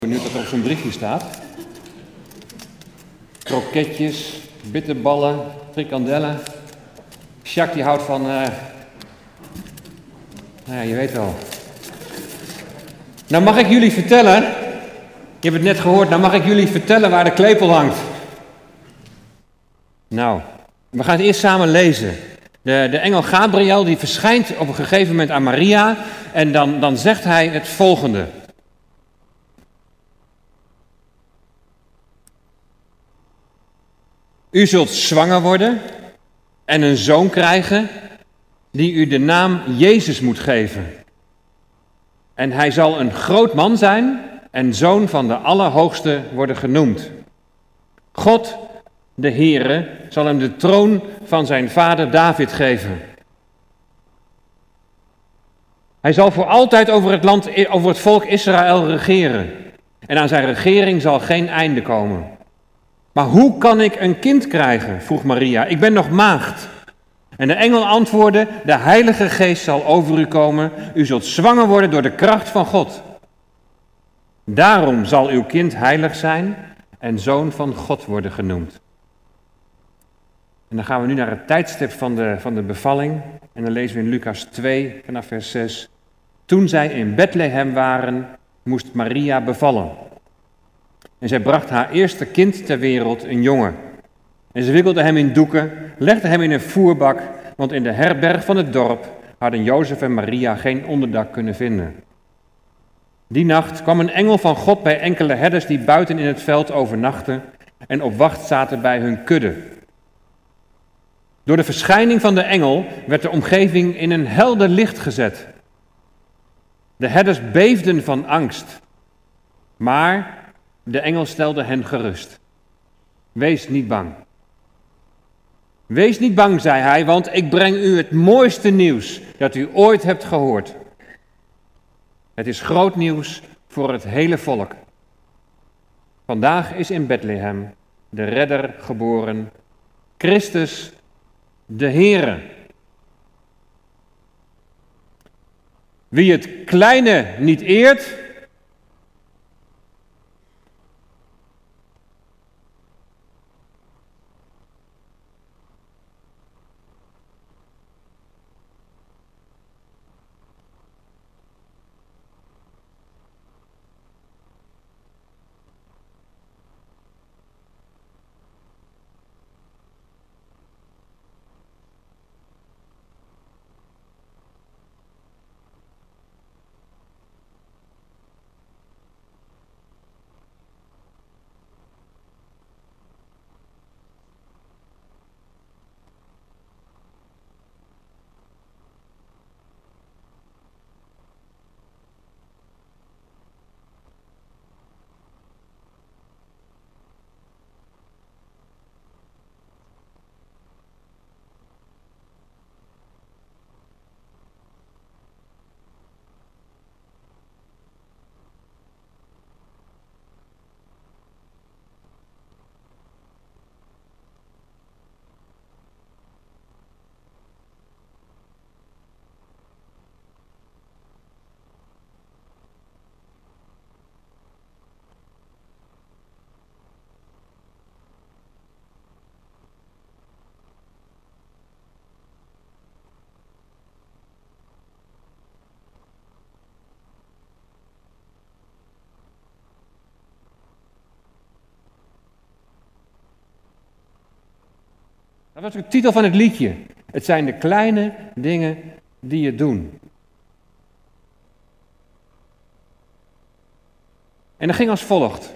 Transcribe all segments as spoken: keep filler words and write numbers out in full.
Benieuwd wat er op zo'n briefje staat. Kroketjes, bitterballen, frikandellen. Jacques die houdt van, uh... nou ja, je weet wel. Nou mag ik jullie vertellen, je hebt het net gehoord, nou mag ik jullie vertellen waar de klepel hangt. Nou, we gaan het eerst samen lezen. De, de engel Gabriel die verschijnt op een gegeven moment aan Maria en dan, dan zegt hij het volgende. U zult zwanger worden en een zoon krijgen die u de naam Jezus moet geven. En hij zal een groot man zijn en zoon van de Allerhoogste worden genoemd. God, de Heere, zal hem de troon van zijn vader David geven. Hij zal voor altijd over het land, over het volk Israël regeren. En aan zijn regering zal geen einde komen. Maar hoe kan ik een kind krijgen? Vroeg Maria. Ik ben nog maagd. En de engel antwoordde, de Heilige Geest zal over u komen. U zult zwanger worden door de kracht van God. Daarom zal uw kind heilig zijn en zoon van God worden genoemd. En dan gaan we nu naar het tijdstip van de, van de bevalling. En dan lezen we in Lucas twee vanaf vers zes. Toen zij in Bethlehem waren, moest Maria bevallen. En zij bracht haar eerste kind ter wereld, een jongen. En ze wikkelde hem in doeken, legde hem in een voerbak, want in de herberg van het dorp hadden Jozef en Maria geen onderdak kunnen vinden. Die nacht kwam een engel van God bij enkele herders die buiten in het veld overnachten en op wacht zaten bij hun kudde. Door de verschijning van de engel werd de omgeving in een helder licht gezet. De herders beefden van angst, maar de engel stelde hen gerust. Wees niet bang. Wees niet bang, zei hij, want ik breng u het mooiste nieuws dat u ooit hebt gehoord. Het is groot nieuws voor het hele volk. Vandaag is in Bethlehem de redder geboren, Christus de Heere. Wie het kleine niet eert, dat was de titel van het liedje. Het zijn de kleine dingen die je doen. En dat ging als volgt.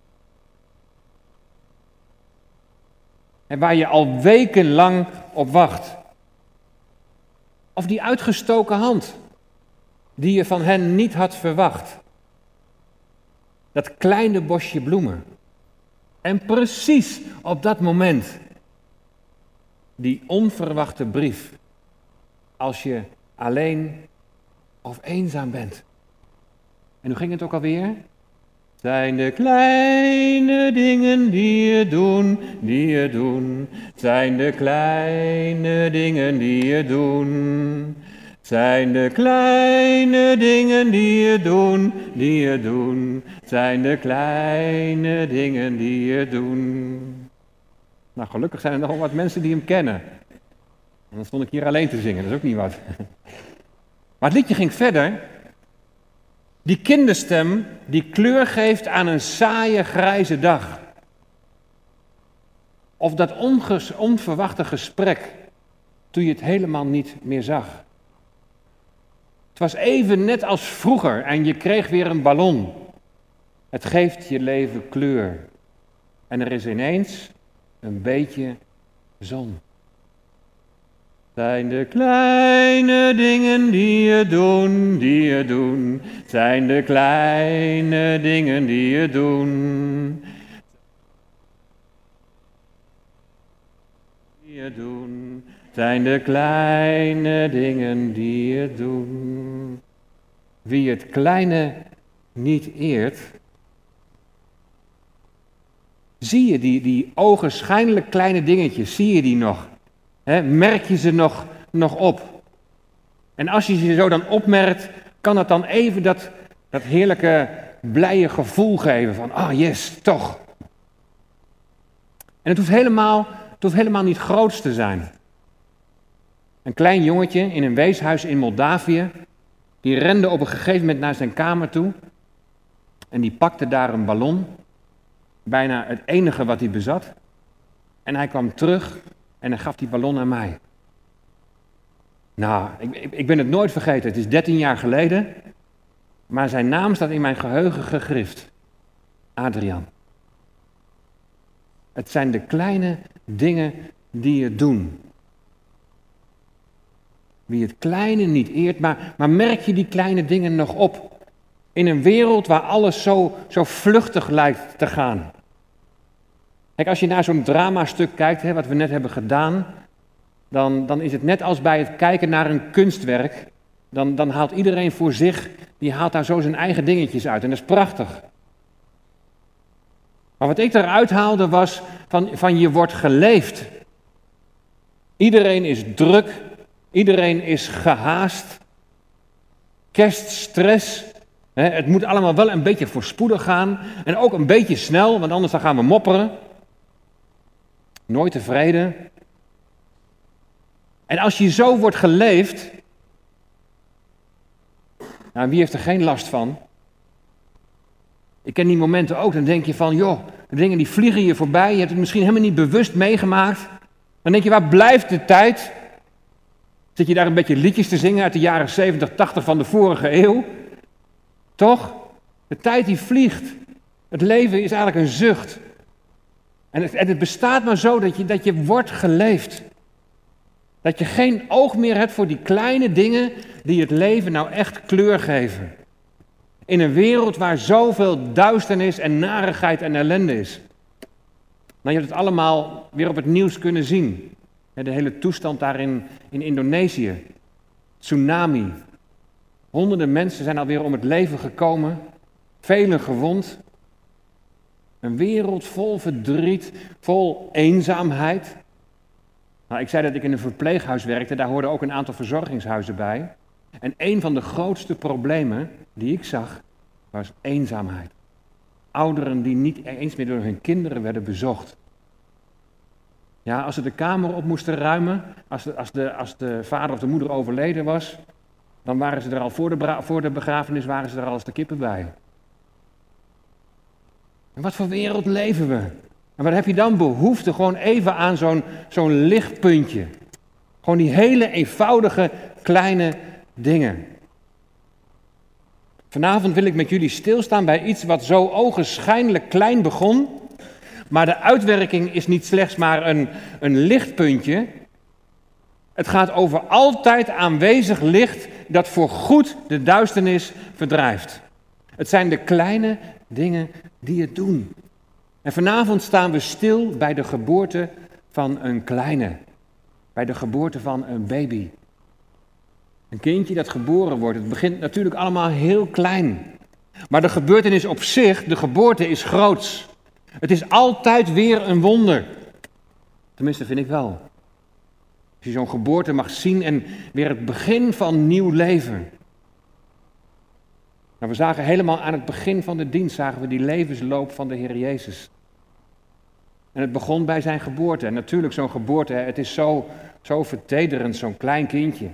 En waar je al wekenlang op wacht. Of die uitgestoken hand, die je van hen niet had verwacht. Dat kleine bosje bloemen. En precies op dat moment die onverwachte brief, als je alleen of eenzaam bent. En hoe ging het ook alweer? Zijn de kleine dingen die je doen, die je doen. Zijn de kleine dingen die je doen. Zijn de kleine dingen die je doen, die je doen. Zijn de kleine dingen die je doen. Nou, gelukkig zijn er nog wel wat mensen die hem kennen. En dan stond ik hier alleen te zingen, dat is ook niet wat. Maar het liedje ging verder. Die kinderstem die kleur geeft aan een saaie grijze dag. Of dat onges- onverwachte gesprek toen je het helemaal niet meer zag. Het was even net als vroeger en je kreeg weer een ballon. Het geeft je leven kleur. En er is ineens een beetje zon. Zijn de kleine dingen die je doen, die je doen. Zijn de kleine dingen die je doen. Die je doen. Zijn de kleine dingen die je doen. Wie het kleine niet eert. Zie je die, die ogenschijnlijk kleine dingetjes, zie je die nog? He, merk je ze nog, nog op? En als je ze zo dan opmerkt, kan het dan even dat, dat heerlijke, blije gevoel geven van, ah oh yes, toch. En het hoeft helemaal, het hoeft helemaal niet groots te zijn. Een klein jongetje in een weeshuis in Moldavië, die rende op een gegeven moment naar zijn kamer toe en die pakte daar een ballon, bijna het enige wat hij bezat. En hij kwam terug en hij gaf die ballon aan mij. Nou, ik, ik, ik ben het nooit vergeten, het is dertien jaar geleden, maar zijn naam staat in mijn geheugen gegrift. Adriaan. Het zijn de kleine dingen die je doen. Wie het kleine niet eert, maar, maar merk je die kleine dingen nog op? In een wereld waar alles zo, zo vluchtig lijkt te gaan. Kijk, als je naar zo'n dramastuk kijkt, hè, wat we net hebben gedaan, dan, dan is het net als bij het kijken naar een kunstwerk. Dan, dan haalt iedereen voor zich, die haalt daar zo zijn eigen dingetjes uit en dat is prachtig. Maar wat ik eruit haalde was van, van je wordt geleefd. Iedereen is druk, iedereen is gehaast, kerststress. Hè, het moet allemaal wel een beetje voorspoedig gaan en ook een beetje snel, want anders dan gaan we mopperen. Nooit tevreden. En als je zo wordt geleefd, nou, wie heeft er geen last van? Ik ken die momenten ook, dan denk je van, joh, de dingen die vliegen je voorbij, je hebt het misschien helemaal niet bewust meegemaakt. Dan denk je, waar blijft de tijd? Zit je daar een beetje liedjes te zingen uit de jaren zeventig, tachtig van de vorige eeuw? Toch? De tijd die vliegt. Het leven is eigenlijk een zucht. En het, en het bestaat maar zo dat je, dat je wordt geleefd. Dat je geen oog meer hebt voor die kleine dingen die het leven nou echt kleur geven. In een wereld waar zoveel duisternis en narigheid en ellende is. Nou, je hebt het allemaal weer op het nieuws kunnen zien. De hele toestand daar in, in Indonesië. Tsunami. Honderden mensen zijn alweer om het leven gekomen. Velen gewond. Een wereld vol verdriet, vol eenzaamheid. Nou, ik zei dat ik in een verpleeghuis werkte, daar hoorden ook een aantal verzorgingshuizen bij. En een van de grootste problemen die ik zag, was eenzaamheid. Ouderen die niet eens meer door hun kinderen werden bezocht. Ja, als ze de kamer op moesten ruimen, als de, als de, als de vader of de moeder overleden was, dan waren ze er al voor de, bra- voor de begrafenis, waren ze er al als de kippen bij. En wat voor wereld leven we? En wat heb je dan behoefte gewoon even aan zo'n, zo'n lichtpuntje? Gewoon die hele eenvoudige kleine dingen. Vanavond wil ik met jullie stilstaan bij iets wat zo ogenschijnlijk klein begon, maar de uitwerking is niet slechts maar een, een lichtpuntje. Het gaat over altijd aanwezig licht dat voor goed de duisternis verdrijft. Het zijn de kleine dingen die het doen. En vanavond staan we stil bij de geboorte van een kleine. Bij de geboorte van een baby. Een kindje dat geboren wordt. Het begint natuurlijk allemaal heel klein. Maar de gebeurtenis op zich, de geboorte, is groots. Het is altijd weer een wonder. Tenminste, vind ik wel. Als je zo'n geboorte mag zien en weer het begin van nieuw leven. Nou, we zagen helemaal aan het begin van de dienst, zagen we die levensloop van de Heer Jezus. En het begon bij zijn geboorte. En natuurlijk zo'n geboorte, het is zo, zo vertederend, zo'n klein kindje.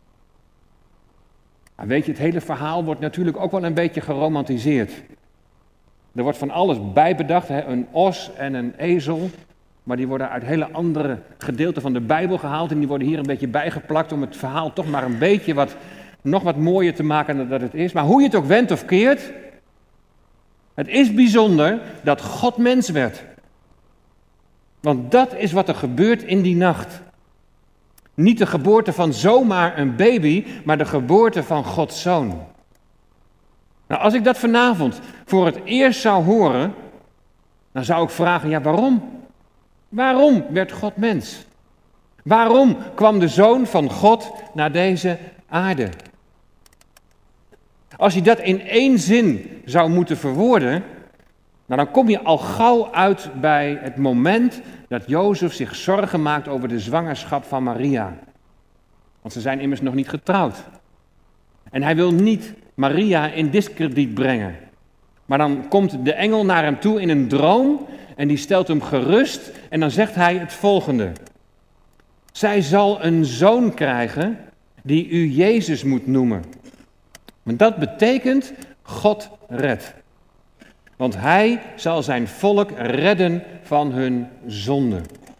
Maar weet je, het hele verhaal wordt natuurlijk ook wel een beetje geromantiseerd. Er wordt van alles bijbedacht, hè? Een os en een ezel. Maar die worden uit hele andere gedeelten van de Bijbel gehaald. En die worden hier een beetje bijgeplakt om het verhaal toch maar een beetje wat, nog wat mooier te maken dan dat het is. Maar hoe je het ook wendt of keert, het is bijzonder dat God mens werd. Want dat is wat er gebeurt in die nacht. Niet de geboorte van zomaar een baby, maar de geboorte van Gods Zoon. Nou, als ik dat vanavond voor het eerst zou horen, dan zou ik vragen, ja waarom? Waarom werd God mens? Waarom kwam de Zoon van God naar deze aarde? Als je dat in één zin zou moeten verwoorden, nou dan kom je al gauw uit bij het moment dat Jozef zich zorgen maakt over de zwangerschap van Maria. Want ze zijn immers nog niet getrouwd. En hij wil niet Maria in diskrediet brengen. Maar dan komt de engel naar hem toe in een droom en die stelt hem gerust en dan zegt hij het volgende. Zij zal een zoon krijgen die u Jezus moet noemen. Want dat betekent God redt. Want hij zal zijn volk redden van hun zonde.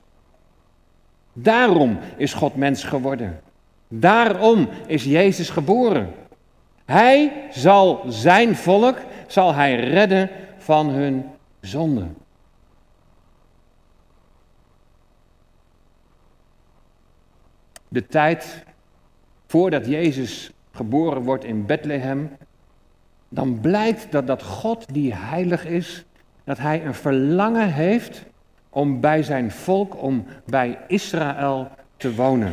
Daarom is God mens geworden. Daarom is Jezus geboren. Hij zal zijn volk, zal hij redden van hun zonde. De tijd voordat Jezus geboren wordt in Bethlehem, dan blijkt dat, dat God die heilig is, dat hij een verlangen heeft om bij zijn volk, om bij Israël te wonen.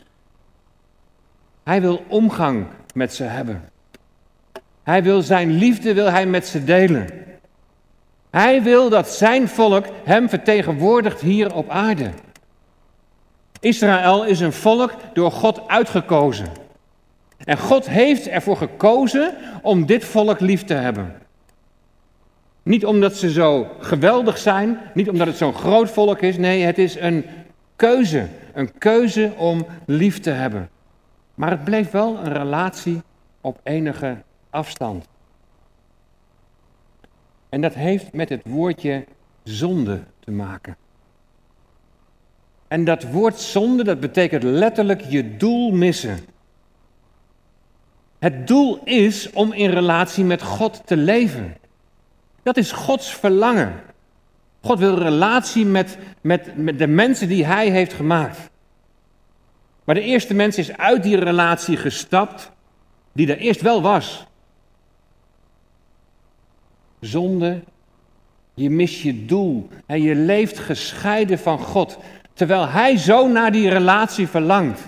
Hij wil omgang met ze hebben. Hij wil zijn liefde, wil hij met ze delen. Hij wil dat zijn volk hem vertegenwoordigt hier op aarde. Israël is een volk door God uitgekozen. En God heeft ervoor gekozen om dit volk lief te hebben. Niet omdat ze zo geweldig zijn, niet omdat het zo'n groot volk is. Nee, het is een keuze. Een keuze om lief te hebben. Maar het bleef wel een relatie op enige afstand. En dat heeft met het woordje zonde te maken. En dat woord zonde, dat betekent letterlijk je doel missen. Het doel is om in relatie met God te leven. Dat is Gods verlangen. God wil relatie met, met, met de mensen die hij heeft gemaakt. Maar de eerste mens is uit die relatie gestapt, die er eerst wel was. Zonde, je mist je doel en je leeft gescheiden van God, terwijl hij zo naar die relatie verlangt.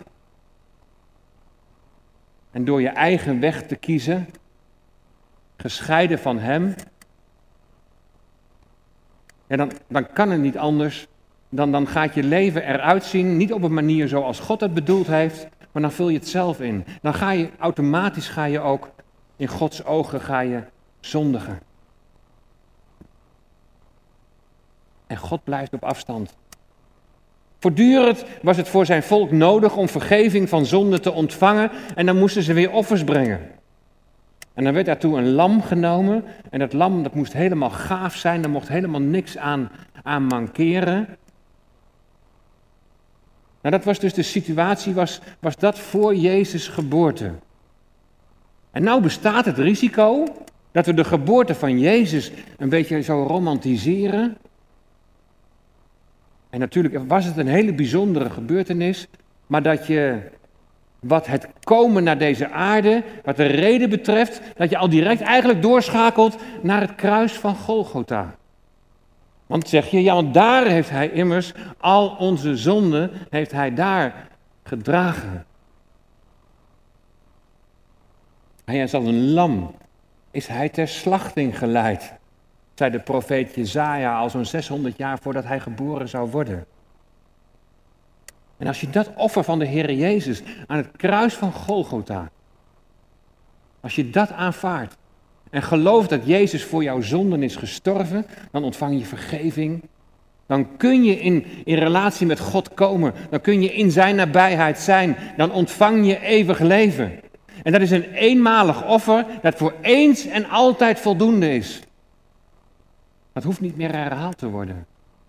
En door je eigen weg te kiezen, gescheiden van hem, ja, dan, dan kan het niet anders. Dan, dan gaat je leven eruit zien, niet op een manier zoals God het bedoeld heeft, maar dan vul je het zelf in. Dan ga je automatisch ga je ook in Gods ogen ga je zondigen. En God blijft op afstand. Voortdurend was het voor zijn volk nodig om vergeving van zonde te ontvangen en dan moesten ze weer offers brengen. En dan werd daartoe een lam genomen en dat lam dat moest helemaal gaaf zijn, daar mocht helemaal niks aan, aan mankeren. Nou, dat was dus de situatie, was, was dat voor Jezus' geboorte. En nou bestaat het risico dat we de geboorte van Jezus een beetje zo romantiseren. En natuurlijk was het een hele bijzondere gebeurtenis, maar dat je wat het komen naar deze aarde, wat de reden betreft, dat je al direct eigenlijk doorschakelt naar het kruis van Golgotha. Want zeg je, ja, want daar heeft hij immers al onze zonden, heeft hij daar gedragen. Hij is als een lam, is hij ter slachting geleid, zei de profeet Jesaja al zo'n zeshonderd jaar voordat hij geboren zou worden. En als je dat offer van de Heer Jezus aan het kruis van Golgotha, als je dat aanvaardt en gelooft dat Jezus voor jouw zonden is gestorven, dan ontvang je vergeving. Dan kun je in, in relatie met God komen. Dan kun je in zijn nabijheid zijn. Dan ontvang je eeuwig leven. En dat is een eenmalig offer dat voor eens en altijd voldoende is. Dat hoeft niet meer herhaald te worden.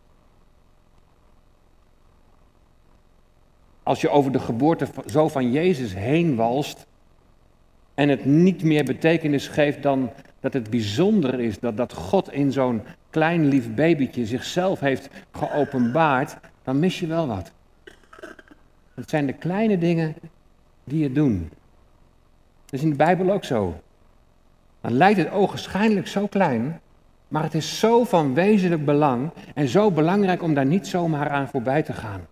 Als je over de geboorte zo van Jezus heen walst en het niet meer betekenis geeft dan dat het bijzonder is dat, dat God in zo'n klein lief babytje zichzelf heeft geopenbaard, dan mis je wel wat. Het zijn de kleine dingen die het doen. Dat is in de Bijbel ook zo. Dan lijkt het ogenschijnlijk zo klein, maar het is zo van wezenlijk belang en zo belangrijk om daar niet zomaar aan voorbij te gaan.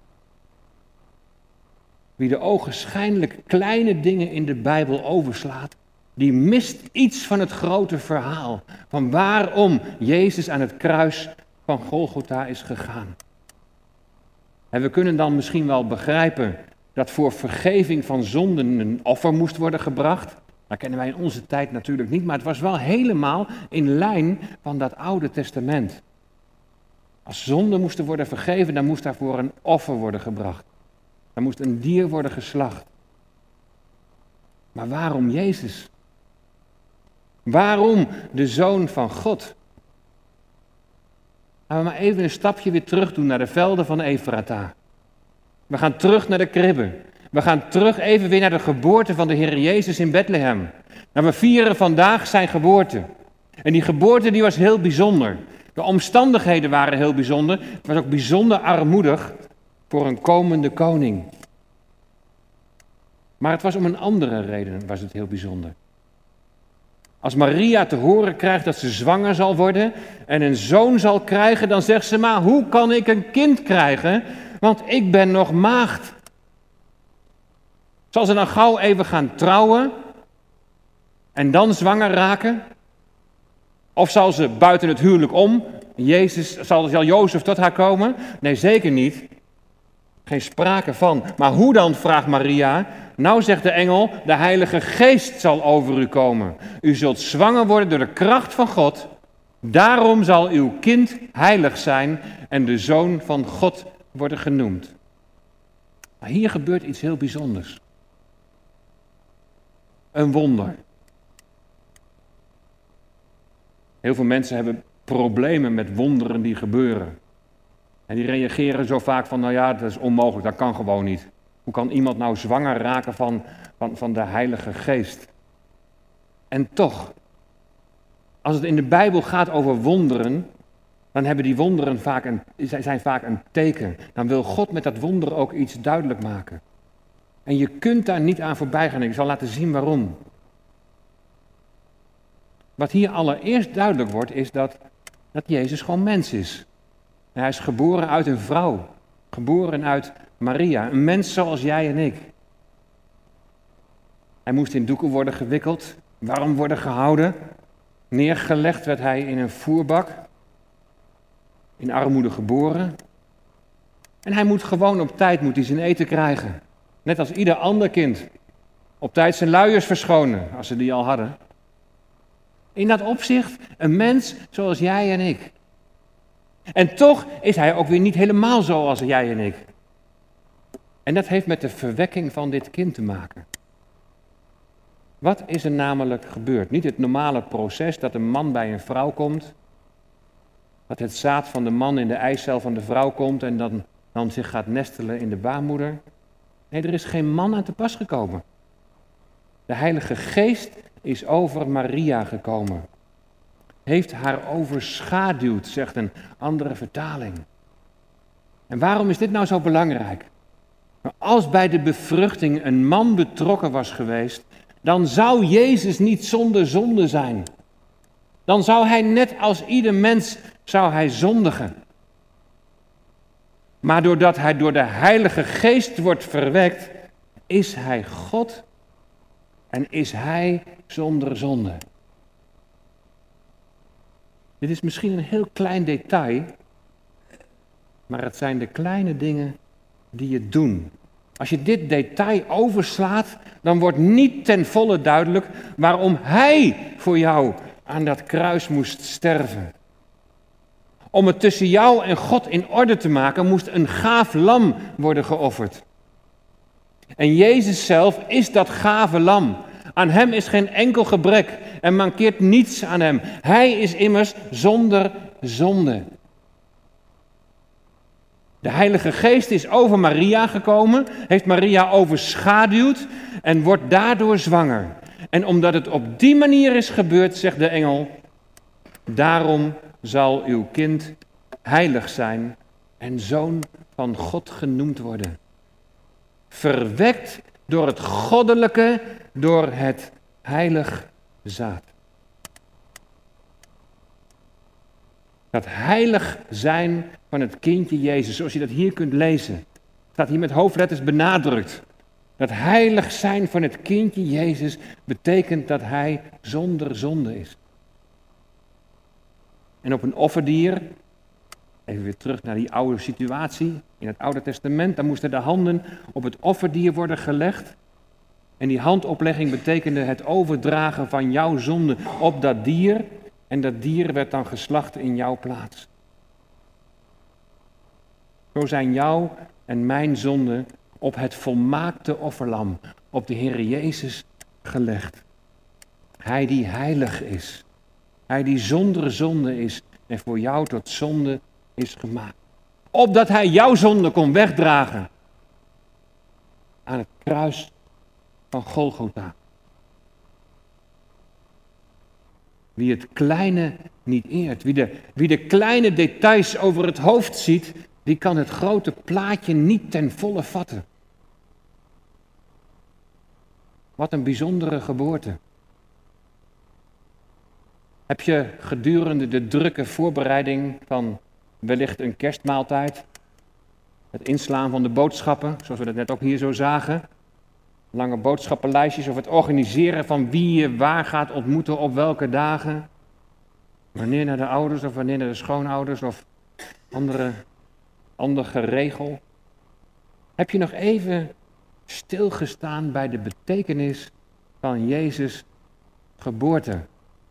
Wie de ogenschijnlijk kleine dingen in de Bijbel overslaat, die mist iets van het grote verhaal. Van waarom Jezus aan het kruis van Golgotha is gegaan. En we kunnen dan misschien wel begrijpen dat voor vergeving van zonden een offer moest worden gebracht. Dat kennen wij in onze tijd natuurlijk niet, maar het was wel helemaal in lijn van dat Oude Testament. Als zonden moesten worden vergeven, dan moest daarvoor een offer worden gebracht. Dan moest een dier worden geslacht. Maar waarom Jezus? Waarom de Zoon van God? Laten we maar even een stapje weer terug doen naar de velden van Efrata. We gaan terug naar de kribbe. We gaan terug even weer naar de geboorte van de Heer Jezus in Bethlehem. Nou, we vieren vandaag zijn geboorte. En die geboorte die was heel bijzonder. De omstandigheden waren heel bijzonder. Het was ook bijzonder armoedig voor een komende koning. Maar het was om een andere reden was het heel bijzonder. Als Maria te horen krijgt dat ze zwanger zal worden en een zoon zal krijgen, dan zegt ze, maar hoe kan ik een kind krijgen? Want ik ben nog maagd. Zal ze dan gauw even gaan trouwen en dan zwanger raken? Of zal ze buiten het huwelijk om, Jezus, zal, zal Jozef tot haar komen? Nee, zeker niet. Geen sprake van. Maar hoe dan, vraagt Maria. Nou zegt de engel, de Heilige Geest zal over u komen. U zult zwanger worden door de kracht van God. Daarom zal uw kind heilig zijn en de Zoon van God worden genoemd. Maar hier gebeurt iets heel bijzonders. Een wonder. Heel veel mensen hebben problemen met wonderen die gebeuren. En die reageren zo vaak van, nou ja, dat is onmogelijk, dat kan gewoon niet. Hoe kan iemand nou zwanger raken van, van, van de Heilige Geest? En toch, als het in de Bijbel gaat over wonderen, dan hebben die wonderen vaak een, zijn vaak een teken. Dan wil God met dat wonder ook iets duidelijk maken. En je kunt daar niet aan voorbij gaan. Ik zal laten zien waarom. Wat hier allereerst duidelijk wordt, is dat, dat Jezus gewoon mens is. En hij is geboren uit een vrouw. Geboren uit Maria. Een mens zoals jij en ik. Hij moest in doeken worden gewikkeld. Warm worden gehouden. Neergelegd werd hij in een voerbak. In armoede geboren. En hij moet gewoon op tijd moet hij zijn eten krijgen. Net als ieder ander kind. Op tijd zijn luiers verschonen, als ze die al hadden. In dat opzicht een mens zoals jij en ik. En toch is hij ook weer niet helemaal zoals jij en ik. En dat heeft met de verwekking van dit kind te maken. Wat is er namelijk gebeurd? Niet het normale proces dat een man bij een vrouw komt. Dat het zaad van de man in de eicel van de vrouw komt en dan, dan zich gaat nestelen in de baarmoeder. Nee, er is geen man aan te pas gekomen. De Heilige Geest is over Maria gekomen. Heeft haar overschaduwd, zegt een andere vertaling. En waarom is dit nou zo belangrijk? Als bij de bevruchting een man betrokken was geweest, dan zou Jezus niet zonder zonde zijn. Dan zou hij net als ieder mens, zou hij zondigen. Maar doordat hij door de Heilige Geest wordt verwekt, is hij God en is hij zonder zonde. Dit is misschien een heel klein detail, maar het zijn de kleine dingen die het doen. Als je dit detail overslaat, dan wordt niet ten volle duidelijk waarom hij voor jou aan dat kruis moest sterven. Om het tussen jou en God in orde te maken, moest een gaaf lam worden geofferd. En Jezus zelf is dat gave lam. Aan hem is geen enkel gebrek en mankeert niets aan hem. Hij is immers zonder zonde. De Heilige Geest is over Maria gekomen, heeft Maria overschaduwd en wordt daardoor zwanger. En omdat het op die manier is gebeurd, zegt de engel, daarom zal uw kind heilig zijn en zoon van God genoemd worden. Verwekt door het goddelijke, door het heilig zaad. Dat heilig zijn van het kindje Jezus, zoals je dat hier kunt lezen, staat hier met hoofdletters benadrukt. Dat heilig zijn van het kindje Jezus betekent dat hij zonder zonde is. En op een offerdier, even weer terug naar die oude situatie, in het Oude Testament, dan moesten de handen op het offerdier worden gelegd. En die handoplegging betekende het overdragen van jouw zonde op dat dier. En dat dier werd dan geslacht in jouw plaats. Zo zijn jouw en mijn zonden op het volmaakte offerlam, op de Heer Jezus gelegd. Hij die heilig is. Hij die zonder zonde is en voor jou tot zonde is gemaakt. Opdat hij jouw zonde kon wegdragen aan het kruis van Golgotha. Wie het kleine niet eert, wie de, wie de kleine details over het hoofd ziet, die kan het grote plaatje niet ten volle vatten. Wat een bijzondere geboorte. Heb je gedurende de drukke voorbereiding van wellicht een kerstmaaltijd, het inslaan van de boodschappen, zoals we dat net ook hier zo zagen, lange boodschappenlijstjes of het organiseren van wie je waar gaat ontmoeten op welke dagen, wanneer naar de ouders of wanneer naar de schoonouders of andere, ander geregel. Heb je nog even stilgestaan bij de betekenis van Jezus' geboorte?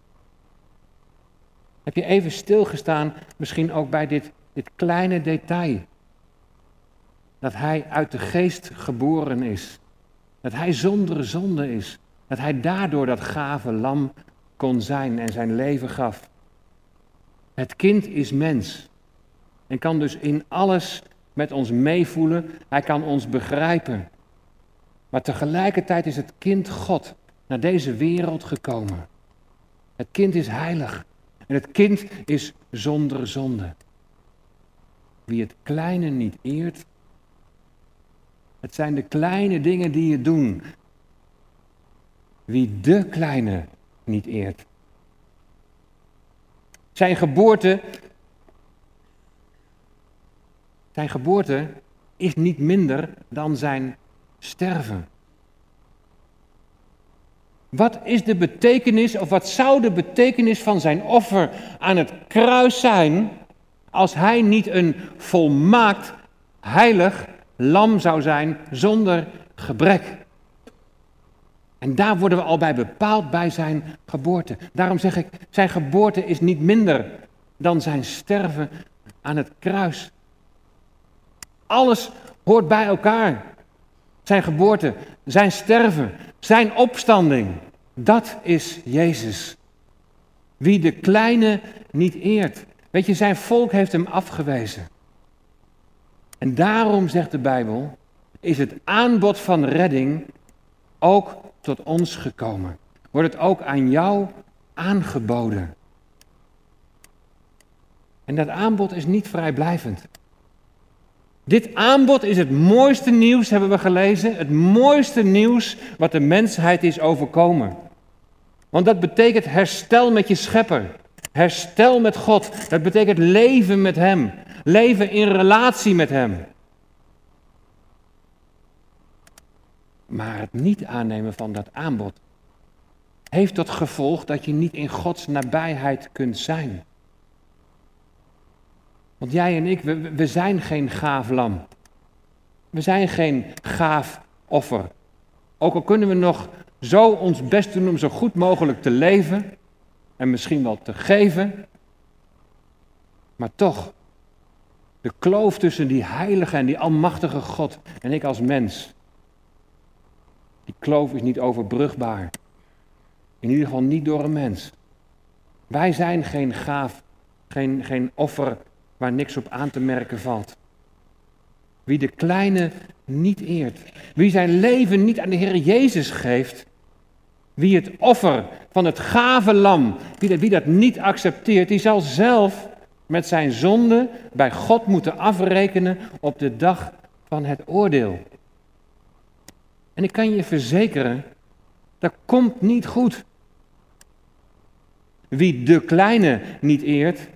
Heb je even stilgestaan misschien ook bij dit, dit kleine detail? Dat hij uit de geest geboren is. Dat hij zonder zonde is. Dat hij daardoor dat gave lam kon zijn en zijn leven gaf. Het kind is mens. En kan dus in alles met ons meevoelen. Hij kan ons begrijpen. Maar tegelijkertijd is het kind God naar deze wereld gekomen. Het kind is heilig. En het kind is zonder zonde. Wie het kleine niet eert. Het zijn de kleine dingen die je doen. Wie de kleine niet eert. Zijn geboorte, zijn geboorte is niet minder dan zijn sterven. Wat is de betekenis, of wat zou de betekenis van zijn offer aan het kruis zijn, als hij niet een volmaakt, heilig lam zou zijn zonder gebrek? En daar worden we al bij bepaald bij zijn geboorte. Daarom zeg ik, zijn geboorte is niet minder dan zijn sterven aan het kruis. Alles hoort bij elkaar. Zijn geboorte, zijn sterven, zijn opstanding. Dat is Jezus. Wie de kleine niet eert. Weet je, zijn volk heeft hem afgewezen. En daarom, zegt de Bijbel, is het aanbod van redding ook tot ons gekomen. Wordt het ook aan jou aangeboden. En dat aanbod is niet vrijblijvend. Dit aanbod is het mooiste nieuws, hebben we gelezen. Het mooiste nieuws wat de mensheid is overkomen. Want dat betekent herstel met je schepper. Herstel met God. Dat betekent leven met hem. Leven in relatie met hem. Maar het niet aannemen van dat aanbod heeft tot gevolg dat je niet in Gods nabijheid kunt zijn. Want jij en ik, we, we zijn geen gaaf lam. We zijn geen gaaf offer. Ook al kunnen we nog zo ons best doen om zo goed mogelijk te leven en misschien wel te geven, maar toch, de kloof tussen die heilige en die almachtige God en ik als mens, die kloof is niet overbrugbaar. In ieder geval niet door een mens. Wij zijn geen gaaf, geen, geen offer waar niks op aan te merken valt. Wie de kleine niet eert, wie zijn leven niet aan de Heer Jezus geeft, wie het offer van het gave lam, wie dat, wie dat niet accepteert, die zal zelf met zijn zonde bij God moeten afrekenen op de dag van het oordeel. En ik kan je verzekeren, dat komt niet goed. Wie de kleine niet eert.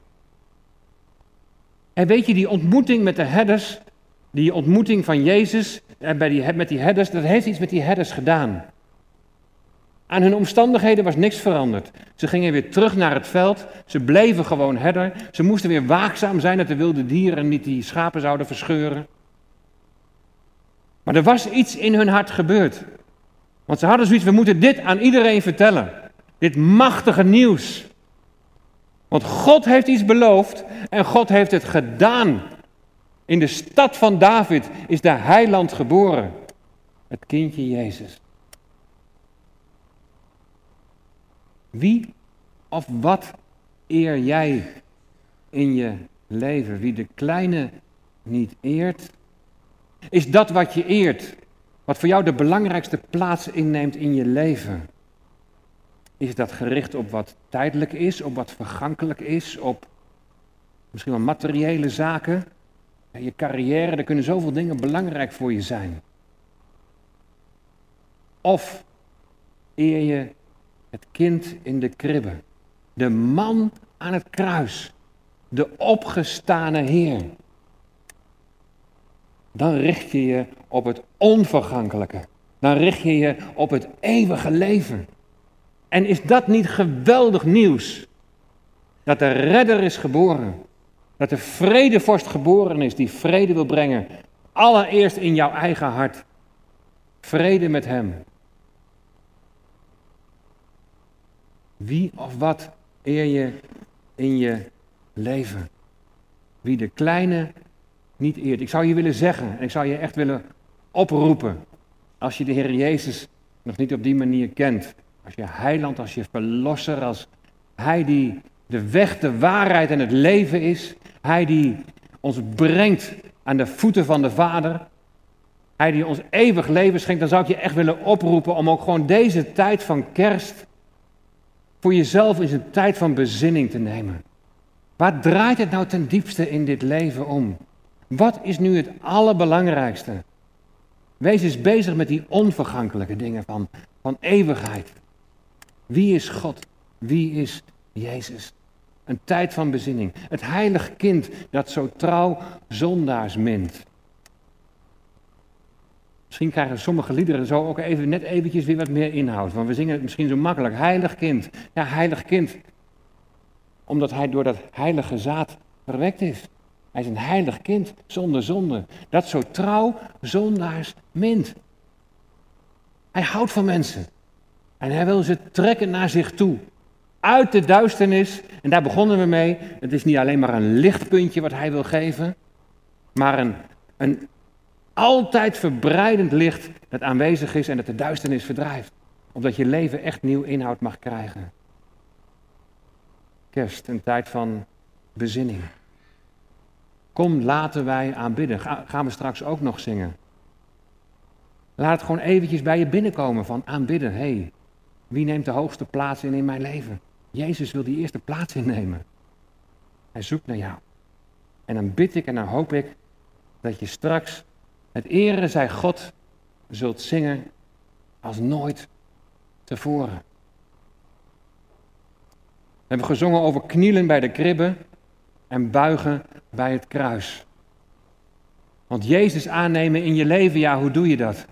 En weet je, die ontmoeting met de herders, die ontmoeting van Jezus bij die, met die herders, dat heeft iets met die herders gedaan. Aan hun omstandigheden was niks veranderd. Ze gingen weer terug naar het veld, ze bleven gewoon herder. Ze moesten weer waakzaam zijn dat de wilde dieren niet die schapen zouden verscheuren. Maar er was iets in hun hart gebeurd. Want ze hadden zoiets, we moeten dit aan iedereen vertellen. Dit machtige nieuws. Want God heeft iets beloofd en God heeft het gedaan. In de stad van David is de heiland geboren. Het kindje Jezus. Wie of wat eer jij in je leven? Wie de kleine niet eert, is dat wat je eert, wat voor jou de belangrijkste plaats inneemt in je leven. Is dat gericht op wat tijdelijk is, op wat vergankelijk is, op misschien wel materiële zaken? Je carrière, er kunnen zoveel dingen belangrijk voor je zijn. Of eer je het kind in de kribbe, de man aan het kruis, de opgestane Heer. Dan richt je je op het onvergankelijke. Dan richt je je op het eeuwige leven. En is dat niet geweldig nieuws? Dat de redder is geboren. Dat de vredevorst geboren is die vrede wil brengen. Allereerst in jouw eigen hart. Vrede met hem. Wie of wat eer je in je leven? Wie de kleine niet eert. Ik zou je willen zeggen, en ik zou je echt willen oproepen, als je de Heer Jezus nog niet op die manier kent, als je heiland, als je verlosser, als Hij die de weg, de waarheid en het leven is, Hij die ons brengt aan de voeten van de Vader, Hij die ons eeuwig leven schenkt, dan zou ik je echt willen oproepen om ook gewoon deze tijd van kerst voor jezelf eens een tijd van bezinning te nemen. Waar draait het nou ten diepste in dit leven om? Wat is nu het allerbelangrijkste? Wees eens bezig met die onvergankelijke dingen van, van eeuwigheid. Wie is God? Wie is Jezus? Een tijd van bezinning. Het heilig kind dat zo trouw zondaars mint. Misschien krijgen sommige liederen zo ook even, net eventjes weer wat meer inhoud. Want we zingen het misschien zo makkelijk. Heilig kind. Ja, heilig kind. Omdat hij door dat heilige zaad verwekt is. Hij is een heilig kind zonder zonde. Dat zo trouw zondaars mint. Hij houdt van mensen. En hij wil ze trekken naar zich toe. Uit de duisternis. En daar begonnen we mee. Het is niet alleen maar een lichtpuntje wat hij wil geven. Maar een, een altijd verbreidend licht dat aanwezig is en dat de duisternis verdrijft. Opdat je leven echt nieuw inhoud mag krijgen. Kerst, een tijd van bezinning. Kom, laten wij aanbidden. Ga, gaan we straks ook nog zingen. Laat het gewoon eventjes bij je binnenkomen van aanbidden. Hé, hey, wie neemt de hoogste plaats in in mijn leven? Jezus wil die eerste plaats innemen. Hij zoekt naar jou. En dan bid ik en dan hoop ik dat je straks het ere zij God zult zingen als nooit tevoren. We hebben gezongen over knielen bij de kribbe en buigen bij het kruis. Want Jezus aannemen in je leven, ja, hoe doe je dat?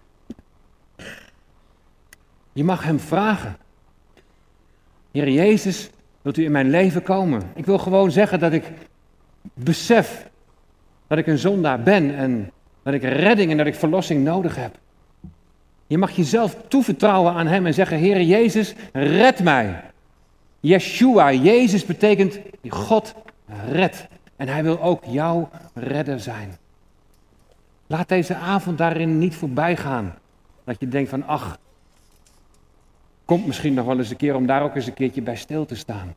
Je mag hem vragen. Heer Jezus, wilt u in mijn leven komen? Ik wil gewoon zeggen dat ik besef dat ik een zondaar ben en Dat ik redding en dat ik verlossing nodig heb. Je mag jezelf toevertrouwen aan hem en zeggen, Heere Jezus, red mij. Yeshua, Jezus betekent God redt. En hij wil ook jouw redder zijn. Laat deze avond daarin niet voorbij gaan. Dat je denkt van, ach, komt misschien nog wel eens een keer om daar ook eens een keertje bij stil te staan.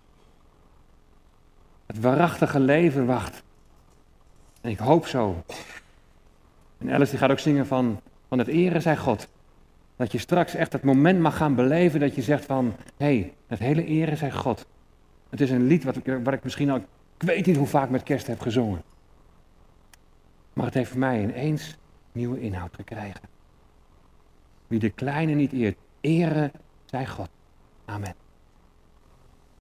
Het waarachtige leven wacht. En ik hoop zo. En Alice die gaat ook zingen van, van het ere zij God. Dat je straks echt het moment mag gaan beleven dat je zegt van, hé, hey, het hele ere zij God. Het is een lied wat ik, wat ik misschien al, ik weet niet hoe vaak met kerst heb gezongen. Maar het heeft voor mij ineens nieuwe inhoud gekregen. Wie de kleine niet eert, ere zij God. Amen.